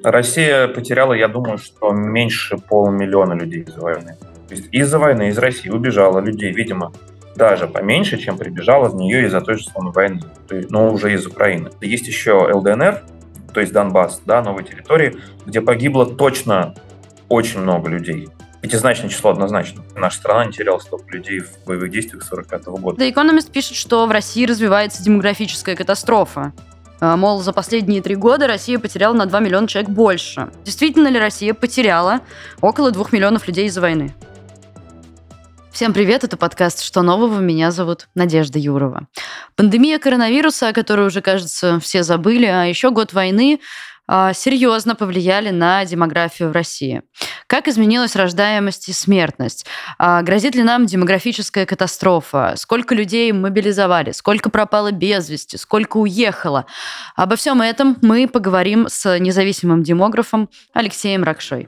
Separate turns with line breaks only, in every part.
Россия потеряла, я думаю, что меньше полумиллиона людей из-за войны. То есть из-за войны из России убежало людей, видимо, даже поменьше, чем прибежало в нее из-за той же самой войны, но уже из Украины. Есть еще ЛДНР, то есть Донбасс, да, новые территории, где погибло точно очень много людей. Пятизначное число однозначно. Наша страна не теряла столько людей в боевых действиях с 1945 года.
The Economist пишет, что в России развивается демографическая катастрофа. Мол, за последние 3 года Россия потеряла на 2 миллиона человек больше. Действительно ли Россия потеряла около 2 миллионов людей из-за войны? Всем привет, это подкаст «Что нового?». Меня зовут Надежда Юрова. Пандемия коронавируса, о которой уже, кажется, все забыли, а еще год войны серьезно повлияли на демографию в России. Как изменилась рождаемость и смертность? Грозит ли нам демографическая катастрофа? Сколько людей мобилизовали? Сколько пропало без вести? Сколько уехало? Обо всем этом мы поговорим с независимым демографом Алексеем Ракшой.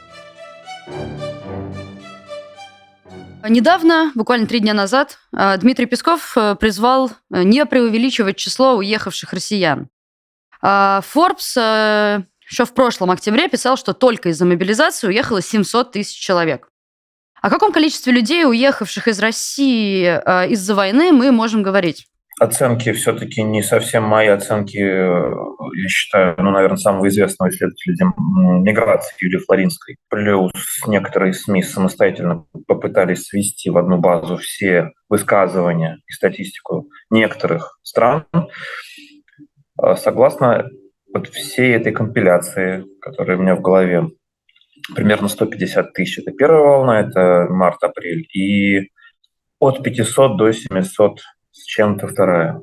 Недавно, буквально 3 дня назад, Дмитрий Песков призвал не преувеличивать число уехавших россиян. Forbes еще в прошлом октябре писал, что только из-за мобилизации уехало 700 тысяч человек. О каком количестве людей, уехавших из России из-за войны, мы можем говорить?
Оценки все-таки не совсем мои оценки, я считаю, наверное, самого известного исследователя миграции Юлии Флоринской. Плюс некоторые СМИ самостоятельно попытались свести в одну базу все высказывания и статистику некоторых стран. Согласно всей этой компиляции, которая у меня в голове, примерно 150 тысяч – это первая волна, это март-апрель, и от 500 до 700 с чем-то вторая.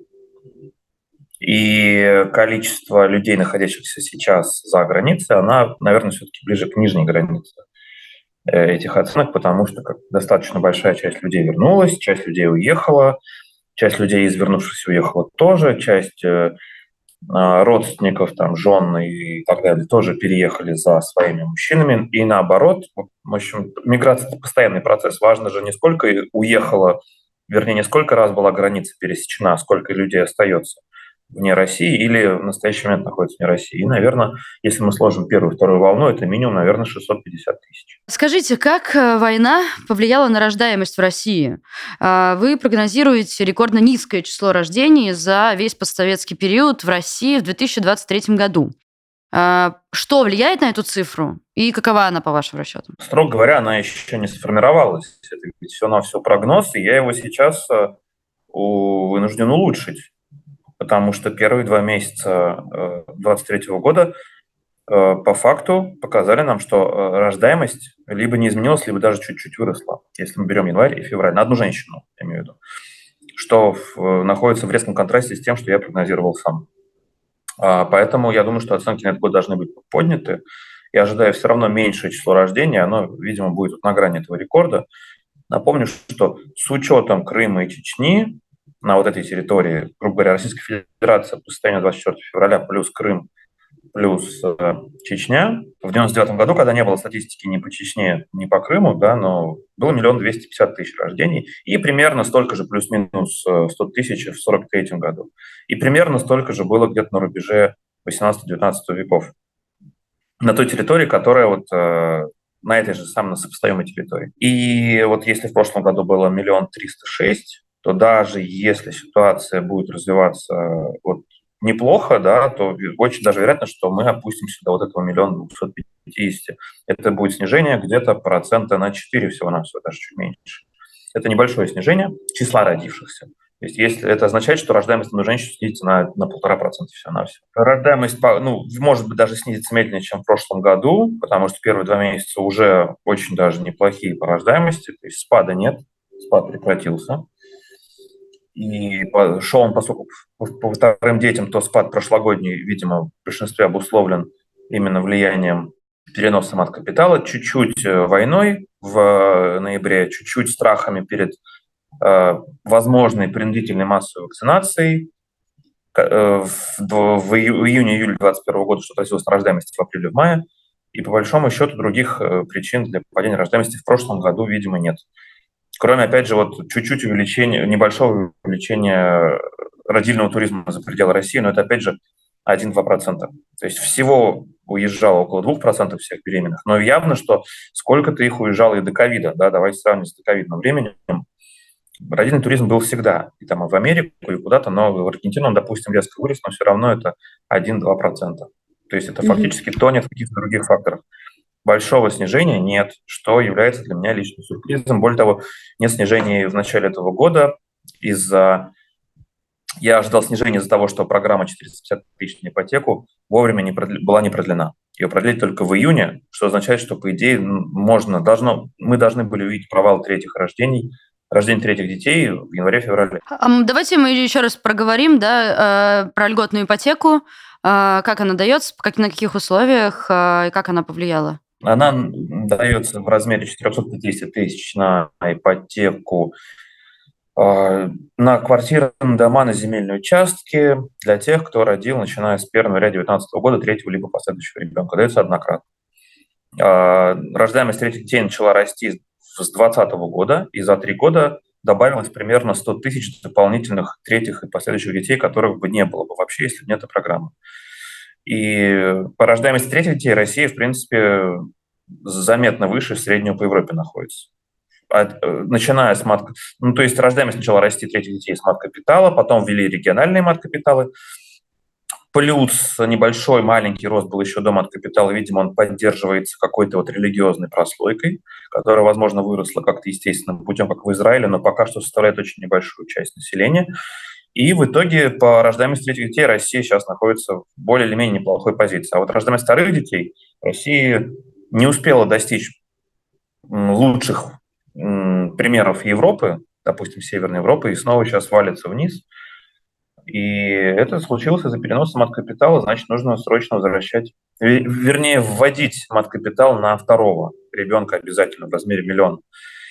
И количество людей, находящихся сейчас за границей, она, наверное, все-таки ближе к нижней границе этих оценок, потому что достаточно большая часть людей вернулась, часть людей уехала, часть людей из вернувшихся уехала тоже, часть родственников, жен и так далее, тоже переехали за своими мужчинами. И наоборот, в общем, миграция – это постоянный процесс. Важно же не сколько уехало, вернее, не сколько раз была граница пересечена, а сколько людей остается вне России или в настоящий момент находится вне России. И, наверное, если мы сложим первую и вторую волну, это минимум, наверное, 650 тысяч.
Скажите, как война повлияла на рождаемость в России? Вы прогнозируете рекордно низкое число рождений за весь постсоветский период в России в 2023 году. Что влияет на эту цифру и какова она, по вашим расчетам?
Строго говоря, она еще не сформировалась. Это ведь все-навсего прогноз, и я его сейчас вынужден улучшить. Потому что первые 2 месяца 2023 года по факту показали нам, что рождаемость либо не изменилась, либо даже чуть-чуть выросла, если мы берем январь и февраль, на одну женщину, я имею в виду, что находится в резком контрасте с тем, что я прогнозировал сам. Поэтому я думаю, что оценки на этот год должны быть подняты. Я ожидаю все равно меньшее число рождений, оно, видимо, будет на грани этого рекорда. Напомню, что с учетом Крыма и Чечни, на вот этой территории, грубо говоря, Российская Федерация по состоянию 24 февраля плюс Крым, плюс Чечня. В 1999 году, когда не было статистики ни по Чечне, ни по Крыму, да, но было 1 250 000 рождений, и примерно столько же, плюс-минус 100 тысяч в 1943 году. И примерно столько же было где-то на рубеже 18-19 веков. На той территории, которая на этой же самой сопоставимой территории. И вот если в прошлом году было 1 306 000, то даже если ситуация будет развиваться неплохо, да, то очень даже вероятно, что мы опустимся до этого 1 250 000. Это будет снижение где-то процента на 4 всего-навсего, даже чуть меньше. Это небольшое снижение числа родившихся. То есть если это означает, что рождаемость на женщин снизится на 1,5% всего-навсего. Рождаемость, может быть, даже снизится медленнее, чем в прошлом году, потому что первые 2 месяца уже очень даже неплохие по рождаемости, то есть спада нет, спад прекратился. И шел он, поскольку по вторым детям, то спад прошлогодний, видимо, в большинстве обусловлен именно влиянием переноса мат-капитала, чуть-чуть войной в ноябре, чуть-чуть страхами перед возможной принудительной массовой вакцинацией. В июне-июле 2021 года что-то отразилось на рождаемости в апреле, в мае. И по большому счету других причин для падения рождаемости в прошлом году, видимо, нет. Кроме, опять же, чуть-чуть небольшого увеличения родильного туризма за пределы России, но это, опять же, 1-2%. То есть всего уезжало около 2% всех беременных, но явно, что сколько-то их уезжало и до ковида, да, давайте сравним с доковидным временем. Родильный туризм был всегда, и там и в Америку, и куда-то, но в Аргентину он, допустим, резко вырос, но все равно это 1-2%. То есть это
Мгм.
фактически тонет в каких-то других факторах. Большого снижения нет, что является для меня личным сюрпризом. Более того, нет снижения в начале этого года из-за... Я ожидал снижения из-за того, что программа 450 тысяч на ипотеку вовремя была не продлена. Ее продлили только в июне, что означает, что, по идее, мы должны были увидеть провал рождение третьих детей в январе-феврале.
Давайте мы еще раз проговорим, да, про льготную ипотеку, как она дается, на каких условиях и как она повлияла.
Она дается в размере 450 тысяч на ипотеку, на квартиры, на дома, на земельные участки для тех, кто родил, начиная с 1 января 2019 года, третьего либо последующего ребенка. Дается однократно. Рождаемость третьих детей начала расти с 2020 года, и за 3 года добавилось примерно 100 тысяч дополнительных третьих и последующих детей, которых бы не было бы вообще, если бы нет этой программы. И по рождаемости третьих детей Россия, в принципе, заметно выше среднего по Европе находится. Начиная с ну, то есть рождаемость начала расти третьих детей с мат-капитала, потом ввели региональные мат-капиталы, плюс небольшой маленький рост был еще до мат-капитала, видимо, он поддерживается какой-то вот религиозной прослойкой, которая, возможно, выросла как-то естественным путем, как в Израиле, но пока что составляет очень небольшую часть населения. И в итоге по рождаемости третьих детей Россия сейчас находится в более или менее неплохой позиции. А вот рождаемость вторых детей Россия не успела достичь лучших примеров Европы, допустим, Северной Европы, и снова сейчас валится вниз. И это случилось из-за переноса мат-капитала, значит, нужно срочно возвращать, вернее, вводить мат-капитал на второго ребенка обязательно в размере 1 000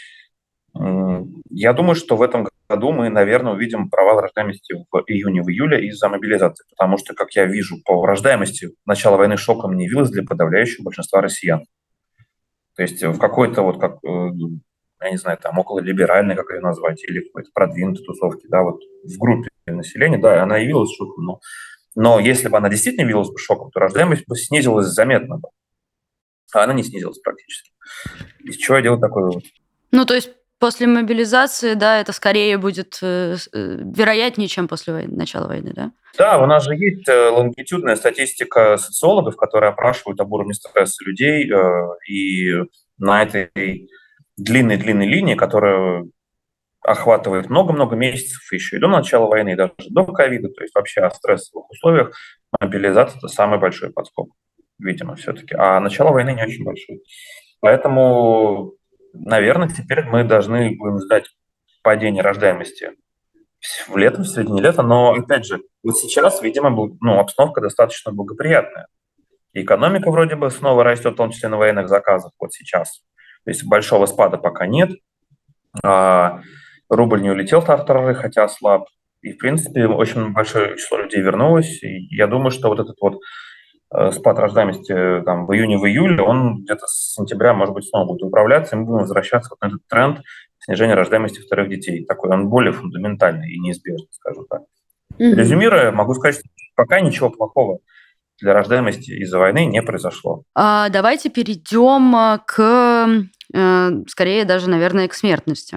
000. Я думаю, что в этом году мы, наверное, увидим провал рождаемости в июне, в июле из-за мобилизации, потому что, как я вижу, по рождаемости начало войны шоком не явилось для подавляющего большинства россиян. То есть в какой-то вот, как, я не знаю, там около либеральной, как ее назвать, или какой-то продвинутой тусовки, да, вот в группе населения, да, она явилась шоком, но если бы она действительно явилась бы шоком, то рождаемость бы снизилась заметно, а она не снизилась практически. Из чего я делаю такой вывод?
Ну, то есть после мобилизации, да, это скорее будет вероятнее, чем после начала войны, да?
Да, у нас же есть лонгитюдная статистика социологов, которые опрашивают об уровне стресса людей, и на этой длинной-длинной линии, которая охватывает много-много месяцев еще и до начала войны, и даже до ковида, то есть вообще о стрессовых условиях, мобилизация – это самый большой подскок, видимо, все-таки. А начало войны не очень большой. Поэтому, наверное, теперь мы должны будем ждать падения рождаемости в середине лета, но, опять же, вот сейчас, видимо, обстановка достаточно благоприятная. И экономика вроде бы снова растет, в том числе на военных заказах, вот сейчас. То есть большого спада пока нет. Рубль не улетел в тартарары, хотя слаб. И, в принципе, очень большое число людей вернулось. И я думаю, что вот этот вот спад рождаемости там, в июне, в июле, он где-то с сентября, может быть, снова будет управляться, и мы будем возвращаться вот на этот тренд снижения рождаемости вторых детей. Такой он более фундаментальный и неизбежный, скажем так. Резюмируя, могу сказать, что пока ничего плохого для рождаемости из-за войны не произошло.
Давайте перейдем к, скорее даже, наверное, к смертности.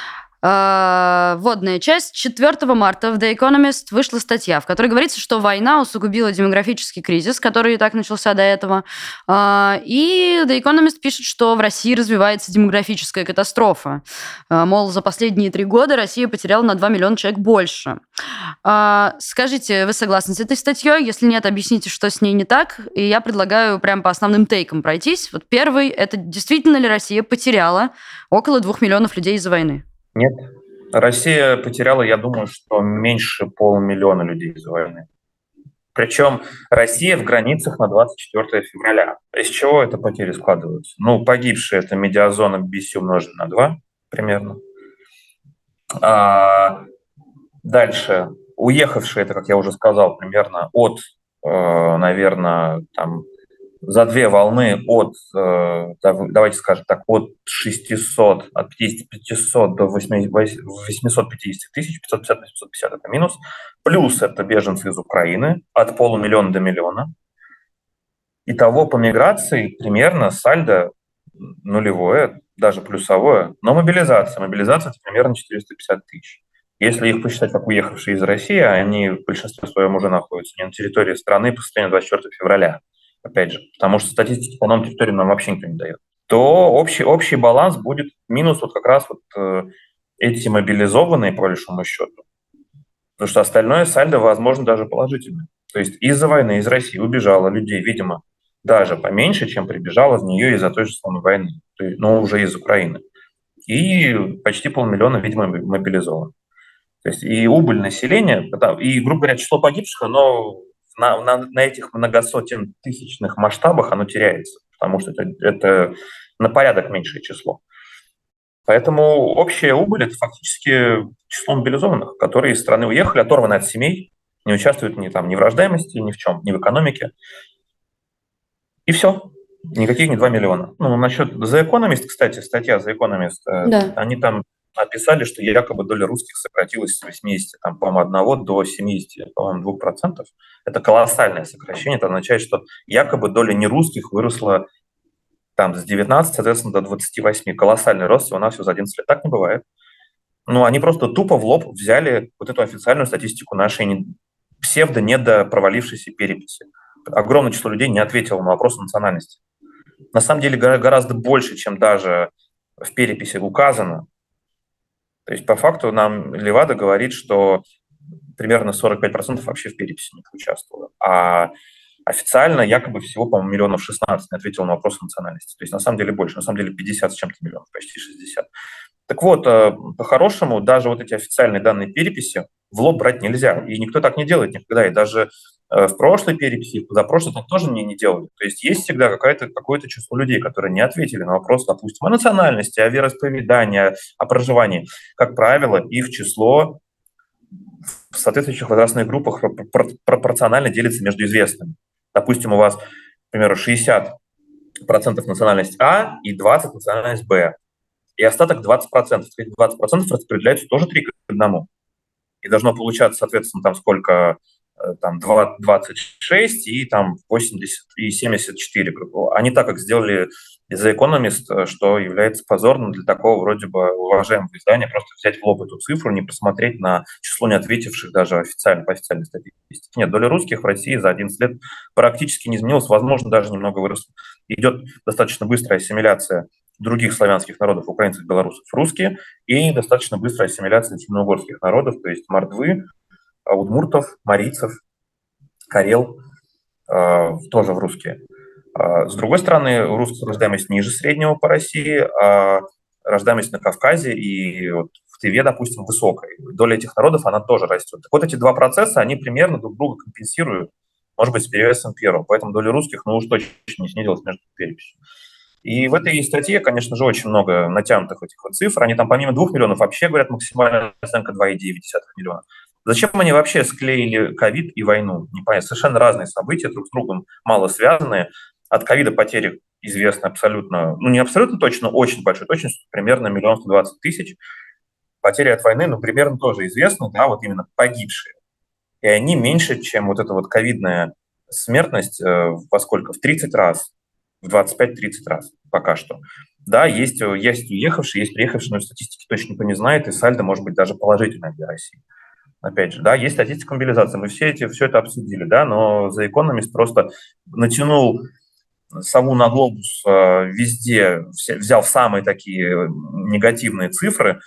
Вводная часть. 4 марта в The Economist вышла статья, в которой говорится, что война усугубила демографический кризис, который и так начался до этого. И The Economist пишет, что в России развивается демографическая катастрофа. Мол, за последние 3 года Россия потеряла на 2 миллиона человек больше. Скажите, вы согласны с этой статьей? Если нет, объясните, что с ней не так. И я предлагаю прямо по основным тейкам пройтись. Вот первый – это действительно ли Россия потеряла около 2 миллионов людей из-за войны?
Нет. Россия потеряла, я думаю, что меньше 500 000 людей из-за войны. Причем Россия в границах на 24 февраля. Из чего это потери складываются? Ну, погибшие – это медиазона BC умножить на 2 примерно. Дальше. Уехавшие – это, как я уже сказал, примерно от, наверное, там за две волны давайте скажем так, от 600, от 50-500 до 850 тысяч, 550-550 это минус, плюс это беженцы из Украины от полумиллиона до миллиона. Итого по миграции примерно сальдо нулевое, даже плюсовое, но мобилизация. Мобилизация – это примерно 450 тысяч. Если их посчитать как уехавшие из России, они в большинстве своем уже находятся не на территории страны по состоянию 24 февраля, опять же, потому что статистики по новым территориям нам вообще никто не дает, то общий баланс будет минус вот как раз эти мобилизованные, по большому счету. Потому что остальное сальдо, возможно, даже положительное. То есть из-за войны из России убежало людей, видимо, даже поменьше, чем прибежало в нее из-за той же самой войны, но уже из Украины. И почти полмиллиона, видимо, мобилизовано. То есть и убыль населения, и, грубо говоря, число погибших, оно на этих многосотен тысячных масштабах оно теряется, потому что это на порядок меньшее число. Поэтому общая убыль – это фактически число мобилизованных, которые из страны уехали, оторваны от семей, не участвуют ни в рождаемости, ни в чем, ни в экономике. И все. Никаких не 2 миллиона. Ну, насчет The Economist, кстати, статья The Economist,
Да.
они там описали, что якобы доля русских сократилась с 80, там, по-моему, 1 до 70, по-моему, 2%. Это колоссальное сокращение. Это означает, что якобы доля нерусских выросла там с 19, соответственно, до 28. Колоссальный рост всего-навсего за 11 лет. Так не бывает. Ну, они просто тупо в лоб взяли вот эту официальную статистику нашей псевдо-недопровалившейся переписи. Огромное число людей не ответило на вопрос национальности. На самом деле гораздо больше, чем даже в переписи указано. То есть по факту нам Левада говорит, что примерно 45% вообще в переписи не участвовало. А официально якобы всего, по-моему, миллионов 16 не ответило на вопрос национальности. То есть на самом деле больше, на самом деле 50 с чем-то миллионов, почти 60. Так вот, по-хорошему, даже вот эти официальные данные переписи в лоб брать нельзя. И никто так не делает никогда. И даже в прошлой переписи, за прошлой так тоже не делали. То есть есть всегда какое-то число людей, которые не ответили на вопрос, допустим, о национальности, о вероисповедании, о проживании. Как правило, их число в соответствующих возрастных группах пропорционально делится между известными. Допустим, у вас, к примеру, 60% национальность А и 20% национальность Б. И остаток 20%. Эти 20% распределяются тоже 3 к 1. И должно получаться, соответственно, там сколько, там 26 и там 80 и 74, а не так, как сделали The Economist, что является позорным для такого вроде бы уважаемого издания, просто взять в лоб эту цифру, не посмотреть на число не ответивших даже официально, по официальной статистике. Нет, доля русских в России за 11 лет практически не изменилась, возможно, даже немного выросла. Идет достаточно быстрая ассимиляция других славянских народов, украинцев, белорусов, русские, и достаточно быстрая ассимиляция черногорских народов, то есть мордвы, удмуртов, марийцев, карел, тоже в русские. С другой стороны, русская рождаемость ниже среднего по России, а рождаемость на Кавказе и вот в Тыве, допустим, высокая. Доля этих народов, она тоже растет. Так вот, эти два процесса, они примерно друг друга компенсируют, может быть, с перевесом первого. Поэтому доля русских, ну уж точно не снизилась между переписью. И в этой статье, конечно же, очень много натянутых этих вот цифр. Они там помимо 2 миллионов вообще говорят максимальная оценка 2,9 миллиона. Зачем они вообще склеили ковид и войну? Непонятно. Совершенно разные события, друг с другом мало связанные. От ковида потери известны абсолютно, ну не абсолютно точно, очень большой точностью, примерно 1 120 000. Потери от войны, ну, примерно тоже известны, да, вот именно погибшие. И они меньше, чем вот эта вот ковидная смертность, во сколько? В 30 раз, в 25-30 раз пока что. Да, есть уехавшие, есть приехавшие, но статистики точно никто не знает, и сальдо может быть даже положительное для России. Опять же, да, есть статистика мобилизации, мы все это обсудили, да, но The Economist просто натянул сову на глобус везде, взял самые такие негативные цифры,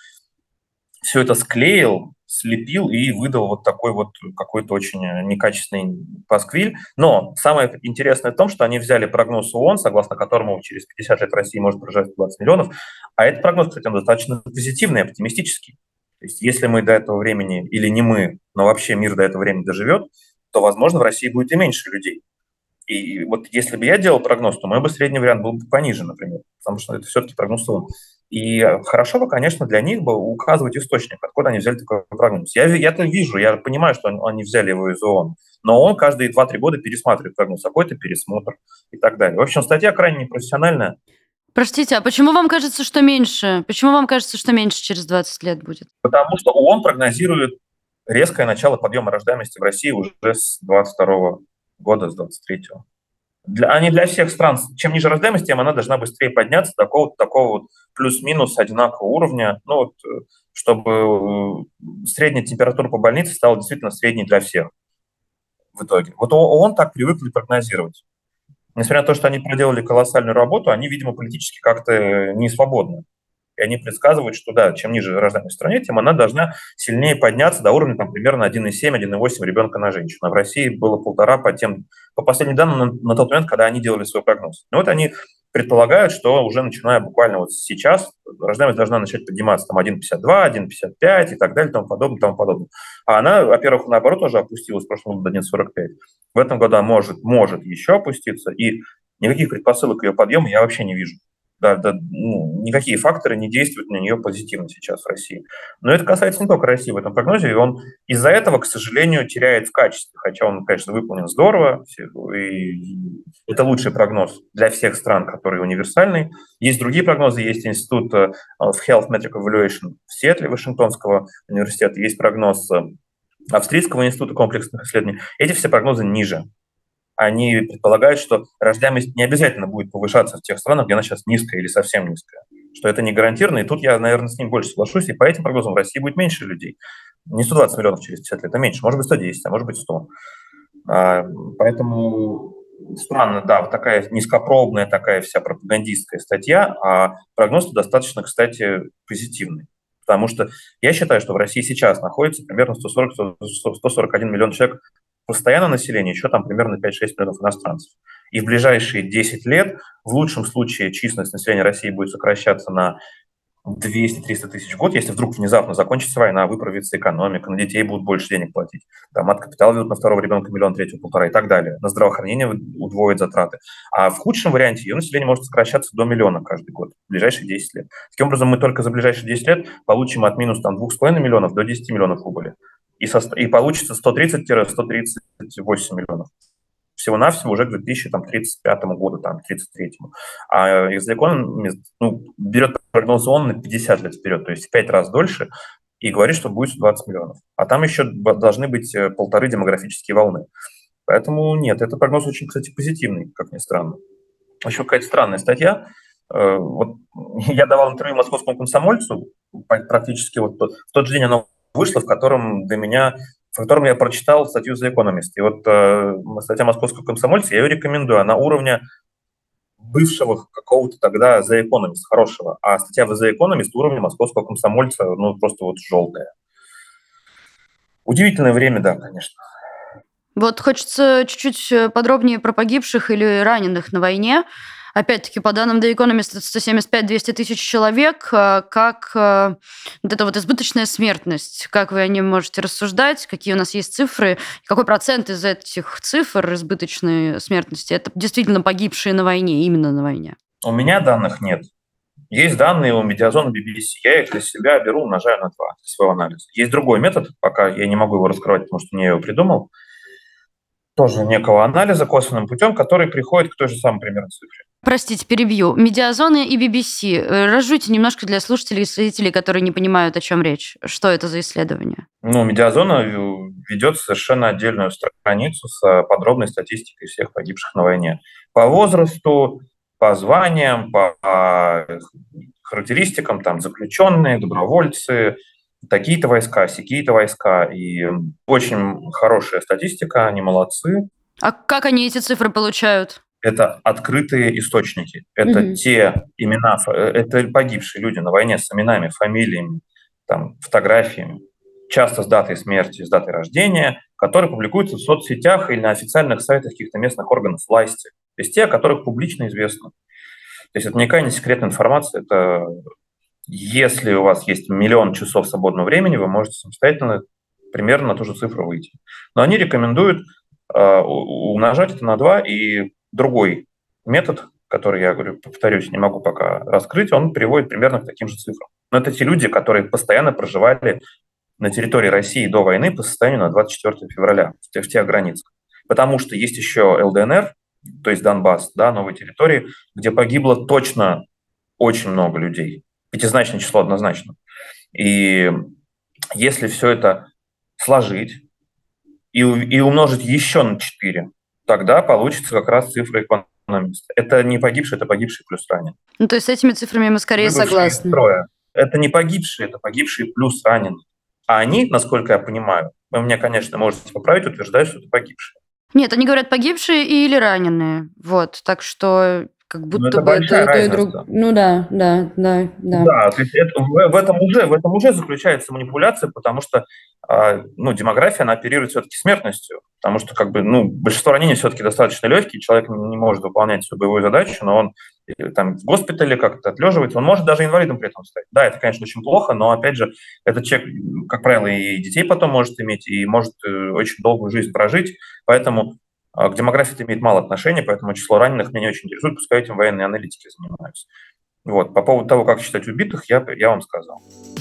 все это склеил, слепил и выдал вот такой вот какой-то очень некачественный пасквиль. Но самое интересное в том, что они взяли прогноз ООН, согласно которому через 50 лет в России может проживать 20 миллионов, а этот прогноз, кстати, он достаточно позитивный, оптимистический. То есть если мы до этого времени, или не мы, но вообще мир до этого времени доживет, то, возможно, в России будет и меньше людей. И вот если бы я делал прогноз, то мой бы средний вариант был бы пониже, например, потому что это все-таки прогноз ООН. И хорошо бы, конечно, для них бы указывать источник, откуда они взяли такой прогноз. Я это вижу, я понимаю, что они взяли его из ООН. Но он каждые 2-3 года пересматривает прогноз, какой-то пересмотр и так далее. В общем, статья крайне непрофессиональная.
Простите, а почему вам кажется, что меньше? Почему вам кажется, что меньше через 20 лет будет?
Потому что ООН прогнозирует резкое начало подъема рождаемости в России уже с 22 года, с 23-го. А не для всех стран. Чем ниже рождаемость, тем она должна быстрее подняться до такого вот плюс-минус одинакового уровня, ну вот, чтобы средняя температура по больнице стала действительно средней для всех в итоге. Вот ООН так привыкли прогнозировать. Несмотря на то, что они проделали колоссальную работу, они, видимо, политически как-то не свободны. И они предсказывают, что да, чем ниже рождаемость в стране, тем она должна сильнее подняться до уровня там, примерно 1,7-1,8 ребенка на женщину. А в России было 1,5 по последним данным на тот момент, когда они делали свой прогноз. Но вот они предполагают, что уже начиная буквально вот сейчас рождаемость должна начать подниматься там 1,52, 1,55 и так далее, тому подобное, тому подобное. А она, во-первых, наоборот, уже опустилась в прошлом году до 1,45. В этом году она может еще опуститься, и никаких предпосылок к ее подъему я вообще не вижу. Да, никакие факторы не действуют на нее позитивно сейчас в России. Но это касается не только России в этом прогнозе, и он из-за этого, к сожалению, теряет в качестве, хотя он, конечно, выполнен здорово, и это лучший прогноз для всех стран, который универсальный. Есть другие прогнозы, есть институт of Health Metric Evaluation в Сиэтле, Вашингтонского университета, есть прогноз Австрийского института комплексных исследований. Эти все прогнозы ниже. Они предполагают, что рождаемость не обязательно будет повышаться в тех странах, где она сейчас низкая или совсем низкая. Что это не гарантированно, и тут я, наверное, с ним больше соглашусь, и по этим прогнозам в России будет меньше людей. Не 120 миллионов через 50 лет, а меньше, может быть 110, а может быть 100. Поэтому странно, да, вот такая низкопробная, такая вся пропагандистская статья, а прогноз достаточно, кстати, позитивный. Потому что я считаю, что в России сейчас находится примерно 140-141 миллион человек постоянное население, еще там примерно 5-6 миллионов иностранцев. И в ближайшие 10 лет, в лучшем случае, численность населения России будет сокращаться на 200-300 тысяч в год, если вдруг внезапно закончится война, выправится экономика, на детей будут больше денег платить, там от капитала ведут на второго ребенка миллион, третьего полтора и так далее, на здравоохранение удвоит затраты. А в худшем варианте ее население может сокращаться до миллиона каждый год, в ближайшие 10 лет. Таким образом, мы только за ближайшие 10 лет получим от минус 2,5 миллионов до 10 миллионов убыли. И получится 130-138 миллионов. Всего-навсего уже к 2035 году, там, 33-му. А The Economist берет прогноз ООН на 50 лет вперед, то есть в 5 раз дольше, и говорит, что будет 120 миллионов. А там еще должны быть 1,5 демографические волны. Поэтому нет, это прогноз очень, кстати, позитивный, как ни странно. Еще какая-то странная статья. Вот я давал интервью московскому комсомольцу, практически вот в тот же день оно вышло, в котором я прочитал статью The Economist. И вот статья московского комсомольца, я ее рекомендую, она уровня бывшего какого-то тогда The Economist, хорошего. А статья в The Economist уровня московского комсомольца, просто вот желтая. Удивительное время, да, конечно.
Вот хочется чуть-чуть подробнее про погибших или раненых на войне. Опять-таки, по данным The Economist, это 175-200 тысяч человек. Как вот эта вот избыточная смертность? Как вы о ней можете рассуждать? Какие у нас есть цифры? Какой процент из этих цифр избыточной смертности это действительно погибшие на войне, именно на войне?
У меня данных нет. Есть данные у Медиазона BBC. Я их для себя беру, умножаю на 2 для своего анализа. Есть другой метод, пока я не могу его раскрывать, потому что не я его придумал. Тоже некого анализа косвенным путем, который приходит к той же самой примерно цифре.
Простите, перебью. Медиазоны и BBC. Разжуйте немножко для слушателей и зрителей, которые не понимают, о чем речь. Что это за исследование?
Медиазона ведет совершенно отдельную страницу с подробной статистикой всех погибших на войне. По возрасту, по званиям, по характеристикам, там заключенные, добровольцы, такие-то войска, сякие-то войска. И очень хорошая статистика, они молодцы.
А как они эти цифры получают?
Это открытые источники. Это те имена, это погибшие люди на войне с именами, фамилиями, там, фотографиями, часто с датой смерти, с датой рождения, которые публикуются в соцсетях или на официальных сайтах каких-то местных органов власти. То есть те, о которых публично известно. То есть это никакая не секретная информация. Это если у вас есть 1 миллион часов свободного времени, вы можете самостоятельно примерно на ту же цифру выйти. Но они рекомендуют умножать это на 2, и другой метод, который, я говорю, повторюсь, не могу пока раскрыть, он приводит примерно к таким же цифрам. Но это те люди, которые постоянно проживали на территории России до войны по состоянию на 24 февраля в тех границах. Потому что есть еще ЛДНР, то есть Донбасс, да, новые территории, где погибло точно очень много людей. Пятизначное число однозначно. И если все это сложить и умножить еще на 4, тогда получится как раз цифра экономиста. Это не погибшие, это погибшие плюс раненые.
Ну, то есть с этими цифрами мы скорее
Выбывшие из
согласны.
строя. Это не погибшие, это погибшие плюс раненые. А они, насколько я понимаю, вы меня, конечно, можете поправить, утверждают, что это погибшие.
Нет, они говорят погибшие или раненые. Вот, так что как
Но
будто
это
бы это
большая
и то, и друг.
разница.
Ну да, да, да, да.
Да, то есть в этом уже заключается манипуляция, потому что ну, демография, она оперирует все-таки смертностью, потому что как бы, ну, большинство ранений все-таки достаточно легкие, человек не может выполнять свою боевую задачу, но он там в госпитале как-то отлеживается, он может даже инвалидом при этом стать. Да, это, конечно, очень плохо, но, опять же, этот человек, как правило, и детей потом может иметь, и может очень долгую жизнь прожить, поэтому к демографии это имеет мало отношения, поэтому число раненых меня не очень интересует, пускай этим военные аналитики занимаются. Вот. По поводу того, как считать убитых, я вам сказал.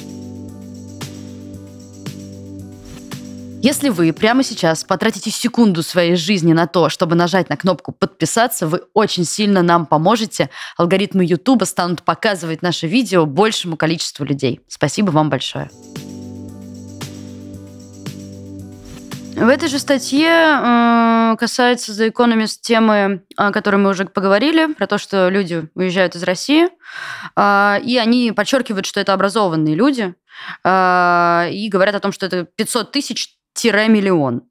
Если вы прямо сейчас потратите секунду своей жизни на то, чтобы нажать на кнопку «Подписаться», вы очень сильно нам поможете. Алгоритмы Ютуба станут показывать наше видео большему количеству людей. Спасибо вам большое. В этой же статье касается The Economist темы, о которой мы уже поговорили, про то, что люди уезжают из России, и они подчеркивают, что это образованные люди, и говорят о том, что это 500 тысяч-миллион.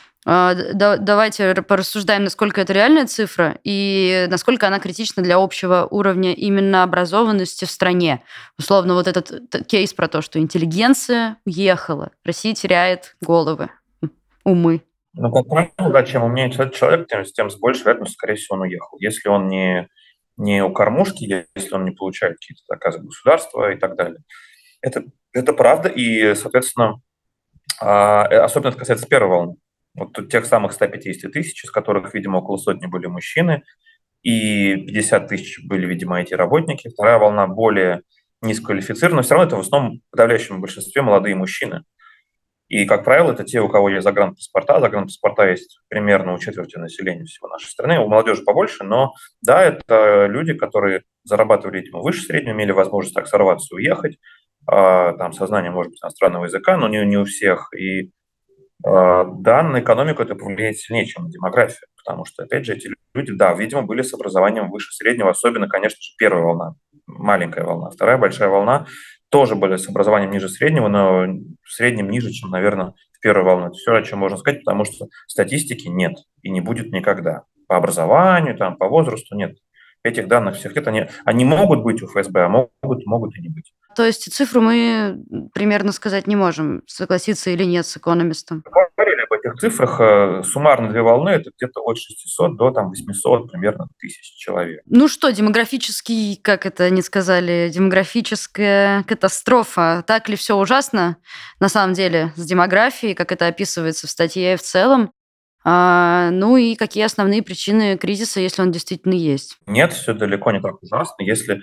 Давайте порассуждаем, насколько это реальная цифра и насколько она критична для общего уровня именно образованности в стране. Условно, вот этот кейс про то, что интеллигенция уехала, Россия теряет головы, умы.
Ну, как правило, да, чем умнее человек, тем с большей вероятностью, скорее всего, он уехал. Если он не у кормушки, если он не получает какие-то заказы государства и так далее. Это правда, и, соответственно, особенно это касается первой волны. Вот тут тех самых 150 тысяч, из которых, видимо, около сотни были мужчины, и 50 тысяч были, видимо, IT-работники. Вторая волна более низкоквалифицирована, но все равно это в основном в подавляющем большинстве молодые мужчины. И, как правило, это те, у кого есть загранпаспорта. Загранпаспорта есть примерно у четверти населения всего нашей страны. У молодежи побольше, но да, это люди, которые зарабатывали, видимо, выше среднего, имели возможность так сорваться и уехать. Там сознание, может быть, иностранного языка, но не у всех. И да, на экономику это повлияет сильнее, чем на демографию, потому что, опять же, эти люди, да, видимо, были с образованием выше среднего, особенно, конечно же, первая волна, маленькая волна. Вторая большая волна тоже были с образованием ниже среднего, но в среднем ниже, чем, наверное, в первую волну. Это все, о чем можно сказать, потому что статистики нет и не будет никогда. По образованию, там, по возрасту нет. Этих данных всех нет. Они могут быть у ФСБ, а могут и не быть.
То есть цифру мы примерно сказать не можем, согласиться или нет с экономистом.
Говорили об этих цифрах. Суммарно две волны – это где-то от 600 до 800 примерно тысяч человек.
Ну что, демографический, как это они сказали, демографическая катастрофа. Так ли все ужасно на самом деле с демографией, как это описывается в статье в целом? Ну и какие основные причины кризиса, если он действительно есть?
Нет, все далеко не так ужасно.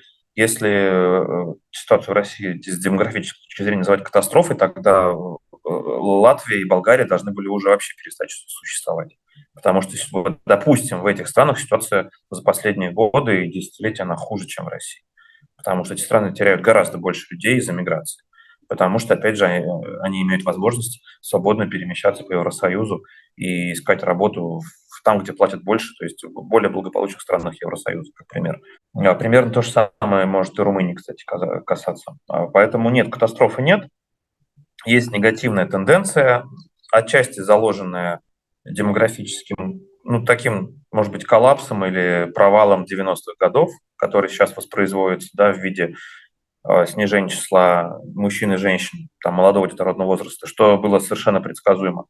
Если ситуацию в России с демографической точки зрения называть катастрофой, тогда Латвия и Болгария должны были уже вообще перестать существовать. Потому что, вот, допустим, в этих странах ситуация за последние годы и десятилетия она хуже, чем в России. Потому что эти страны теряют гораздо больше людей из-за миграции. Потому что, опять же, они имеют возможность свободно перемещаться по Евросоюзу и искать работу там, где платят больше, то есть в более благополучных странах Евросоюза, как пример. Примерно то же самое может и Румынии, кстати, касаться. Поэтому нет, катастрофы нет. Есть негативная тенденция, отчасти заложенная демографическим, ну, таким, может быть, коллапсом или провалом 90-х годов, который сейчас воспроизводится, да, в виде снижения числа мужчин и женщин, там, молодого детородного возраста, что было совершенно предсказуемо.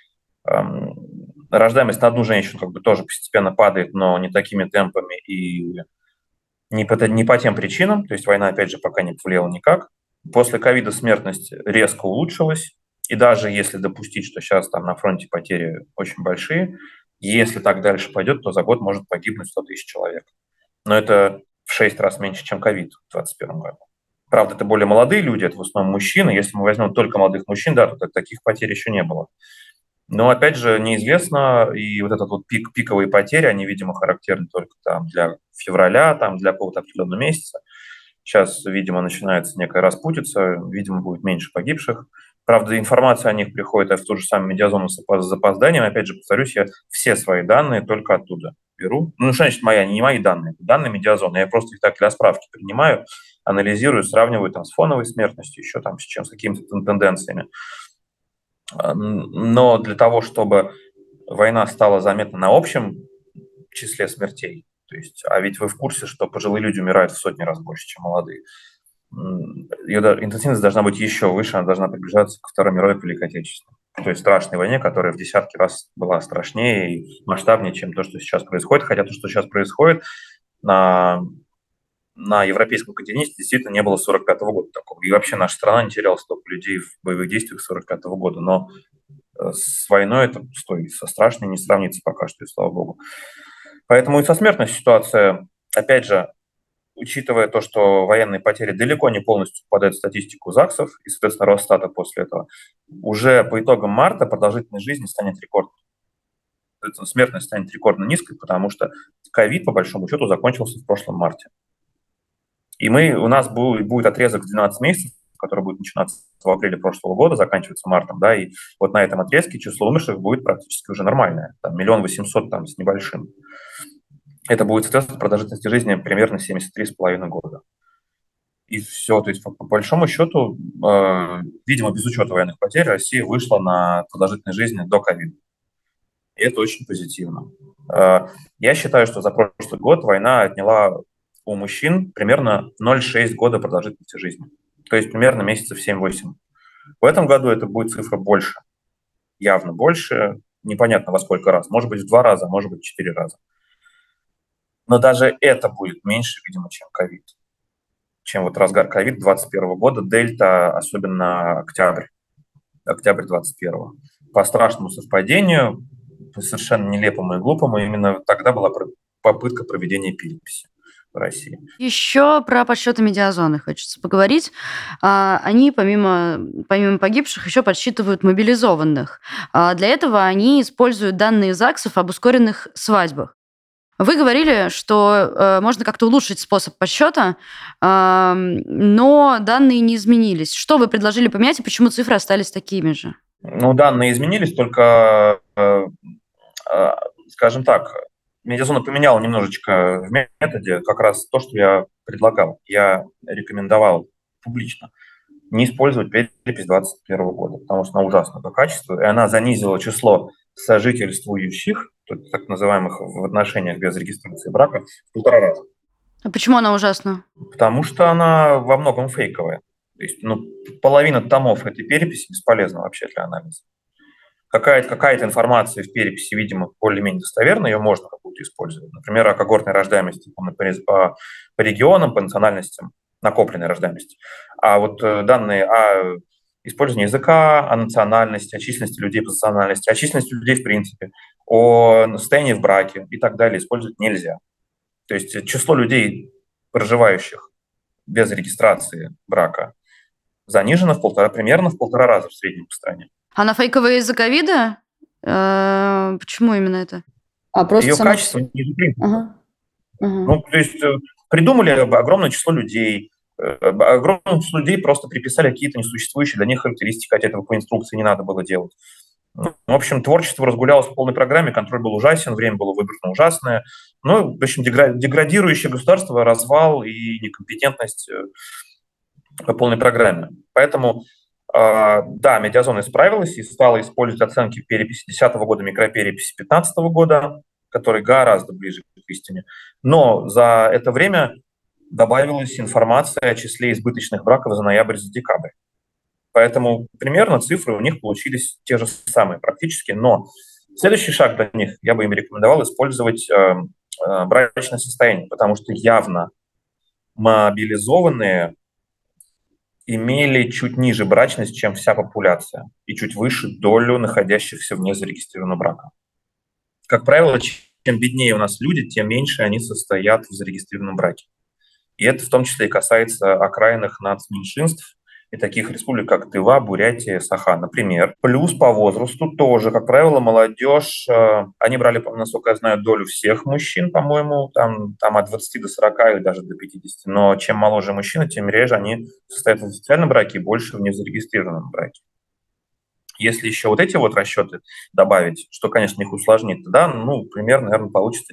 Рождаемость на одну женщину как бы тоже постепенно падает, но не такими темпами и не по тем причинам. То есть война, опять же, пока не повлияла никак. После ковида смертность резко улучшилась. И даже если допустить, что сейчас там на фронте потери очень большие, если так дальше пойдет, то за год может погибнуть 100 тысяч человек. Но это в 6 раз меньше, чем ковид в 2021 году. Правда, это более молодые люди, это в основном мужчины. Если мы возьмем только молодых мужчин, да, то таких потерь еще не было. Но, опять же, неизвестно, и вот этот вот пиковые потери, они, видимо, характерны только там для февраля, там для какого-то определенного месяца. Сейчас, видимо, начинается некая распутица, видимо, будет меньше погибших. Правда, информация о них приходит в ту же самую медиазону с запозданием. Опять же, повторюсь, я все свои данные только оттуда беру. Ну, что значит мои, не мои данные, данные медиазоны. Я просто их так для справки принимаю, анализирую, сравниваю там с фоновой смертностью, еще там с какими-то тенденциями. Но для того, чтобы война стала заметна на общем числе смертей, то есть, а ведь вы в курсе, что пожилые люди умирают в сотни раз больше, чем молодые, ее интенсивность должна быть еще выше, она должна приближаться к Второй мировой или Великой Отечественной. То есть страшной войне, которая в десятки раз была страшнее и масштабнее, чем то, что сейчас происходит. Хотя то, что сейчас происходит на европейском континенте, действительно не было с 1945 года такого. И вообще наша страна не теряла столько людей в боевых действиях с 1945 года. Но с войной это со страшной не сравнится пока что, и слава богу. Поэтому и со смертностью ситуация, опять же, учитывая то, что военные потери далеко не полностью попадают в статистику ЗАГСов и, соответственно, Росстата после этого, уже по итогам марта продолжительность жизни станет рекордной. Смертность станет рекордно низкой, потому что ковид, по большому счету, закончился в прошлом марте. И у нас будет отрезок в 12 месяцев, который будет начинаться в апреле прошлого года, заканчиваться мартом, да, и вот на этом отрезке число умерших будет практически уже нормальное, там 1 800 000 там с небольшим. Это будет, соответственно, продолжительность жизни примерно 73,5 года. И все, то есть по большому счету, видимо, без учета военных потерь, Россия вышла на продолжительность жизни до ковида. И это очень позитивно. Я считаю, что за прошлый год война отняла у мужчин примерно 0,6 года продолжительности жизни. То есть примерно месяцев 7-8. В этом году это будет цифра больше. Явно больше. Непонятно во сколько раз. Может быть, в 2 раза, может быть, в 4 раза. Но даже это будет меньше, видимо, чем ковид. Чем вот разгар ковид 2021 года, дельта, особенно октябрь 2021. По страшному совпадению, совершенно нелепому и глупому, именно тогда была попытка проведения переписи в России.
Еще про подсчеты медиазоны хочется поговорить. Они, помимо погибших, еще подсчитывают мобилизованных. Для этого они используют данные ЗАГСов об ускоренных свадьбах. Вы говорили, что можно как-то улучшить способ подсчета, но данные не изменились. Что вы предложили поменять и почему цифры остались такими же?
Ну, данные изменились, только, скажем так, медиазона поменяла немножечко в методе как раз то, что я предлагал. Я рекомендовал публично не использовать перепись 2021 года, потому что она ужасна по качеству, и она занизила число сожительствующих, так называемых в отношениях без регистрации брака, в 1,5 раза.
А почему она ужасна?
Потому что она во многом фейковая. То есть, половина томов этой переписи бесполезна вообще для анализа. Какая-то информация в переписи, видимо, более-менее достоверна, ее можно какую-то использовать. Например, о когортной рождаемости по регионам, по национальностям, накопленной рождаемости. А вот данные о использовании языка, о национальности, о численности людей по национальности, о численности людей в принципе, о состоянии в браке и так далее использовать нельзя. То есть число людей, проживающих без регистрации брака, занижено примерно в 1,5 раза в среднем по стране.
Она фейковая из-за ковида? Почему именно это?
Ее качество ниже принципа. То есть придумали огромное число людей, огромное число людей просто приписали какие-то несуществующие для них характеристики, хотя этого по инструкции не надо было делать. В общем, творчество разгулялось в полной программе, контроль был ужасен, время было выбрано ужасное. В общем, деградирующее государство, развал и некомпетентность по полной программе. Поэтому, да, медиазона исправилась и стала использовать оценки переписи 2010 года, микропереписи 2015 года, которые гораздо ближе к истине. Но за это время добавилась информация о числе избыточных браков за ноябрь, за декабрь. Поэтому примерно цифры у них получились те же самые практически. Но следующий шаг для них я бы им рекомендовал использовать брачное состояние, потому что явно мобилизованные имели чуть ниже брачность, чем вся популяция, и чуть выше долю находящихся вне зарегистрированного брака. Как правило, чем беднее у нас люди, тем меньше они состоят в зарегистрированном браке. И это в том числе и касается окраинных нацменьшинств и таких республик, как Тыва, Бурятия, Саха, например. Плюс по возрасту тоже, как правило, молодежь, они брали, насколько я знаю, долю всех мужчин, по-моему, там от 20 до 40 или даже до 50. Но чем моложе мужчина, тем реже они состоят в официальном браке и больше в незарегистрированном браке. Если еще вот эти вот расчеты добавить, что, конечно, их усложнит, тогда, примерно, наверное, получится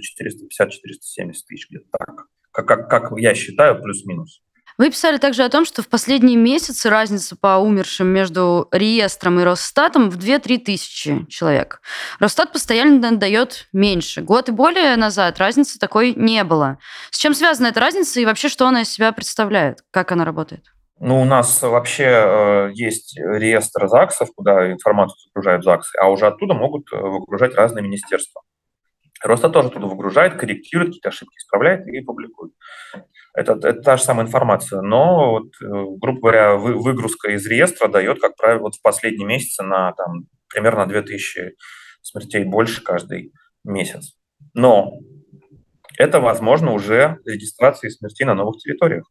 450-470 тысяч где-то так. Как я считаю, плюс-минус.
Вы писали также о том, что в последние месяцы разница по умершим между реестром и Росстатом в 2-3 тысячи человек. Росстат постоянно дает меньше. Год и более назад разницы такой не было. С чем связана эта разница и вообще что она из себя представляет? Как она работает?
У нас вообще есть реестр ЗАГСов, куда информацию загружают ЗАГСы, а уже оттуда могут выгружать разные министерства. Росстат тоже туда выгружает, корректирует, какие-то ошибки исправляет и публикует. Это та же самая информация, но, грубо говоря, выгрузка из реестра дает, как правило, в последние месяцы на примерно 2000 смертей больше каждый месяц. Но это возможно уже регистрацией смертей на новых территориях.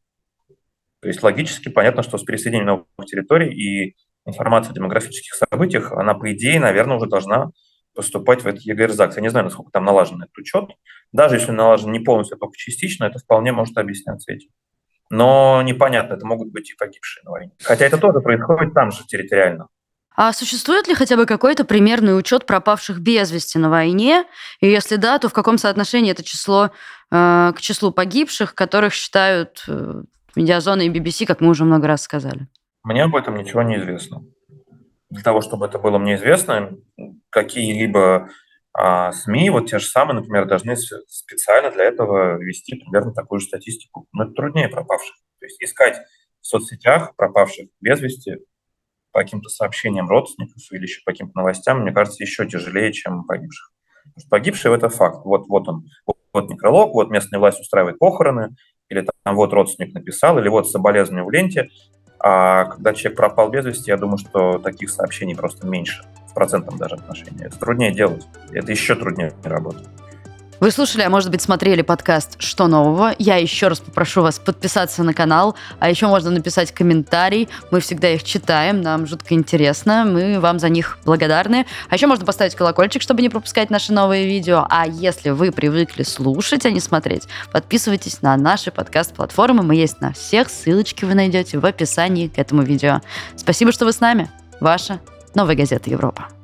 То есть логически понятно, что с пересоединением новых территорий и информация о демографических событиях, она, по идее, наверное, уже должна поступать в этот ЕГР-ЗАГС. Я не знаю, насколько там налажен этот учет. Даже если налажен не полностью, а только частично, это вполне может объясняться этим. Но непонятно, это могут быть и погибшие на войне. Хотя это тоже происходит там же территориально.
А существует ли хотя бы какой-то примерный учет пропавших без вести на войне? И если да, то в каком соотношении это число к числу погибших, которых считают Медиазона и BBC, как мы уже много раз сказали?
Мне об этом ничего не известно. Для того, чтобы это было мне известно, какие-либо СМИ, вот те же самые, например, должны специально для этого вести примерно такую же статистику. Но это труднее пропавших. То есть искать в соцсетях пропавших без вести по каким-то сообщениям родственников или еще по каким-то новостям, мне кажется, еще тяжелее, чем погибших. Потому что погибший – это факт. Вот он, вот некролог, вот местная власть устраивает похороны, или там вот родственник написал, или вот соболезнования в ленте. А когда человек пропал без вести, я думаю, что таких сообщений просто меньше, в процентном даже отношении. Это труднее делать, это еще труднее работать.
Вы слушали, а может быть, смотрели подкаст «Что нового?». Я еще раз попрошу вас подписаться на канал, а еще можно написать комментарий. Мы всегда их читаем, нам жутко интересно, мы вам за них благодарны. А еще можно поставить колокольчик, чтобы не пропускать наши новые видео. А если вы привыкли слушать, а не смотреть, подписывайтесь на наши подкаст-платформы. Мы есть на всех, ссылочки вы найдете в описании к этому видео. Спасибо, что вы с нами. Ваша Новая газета Европа.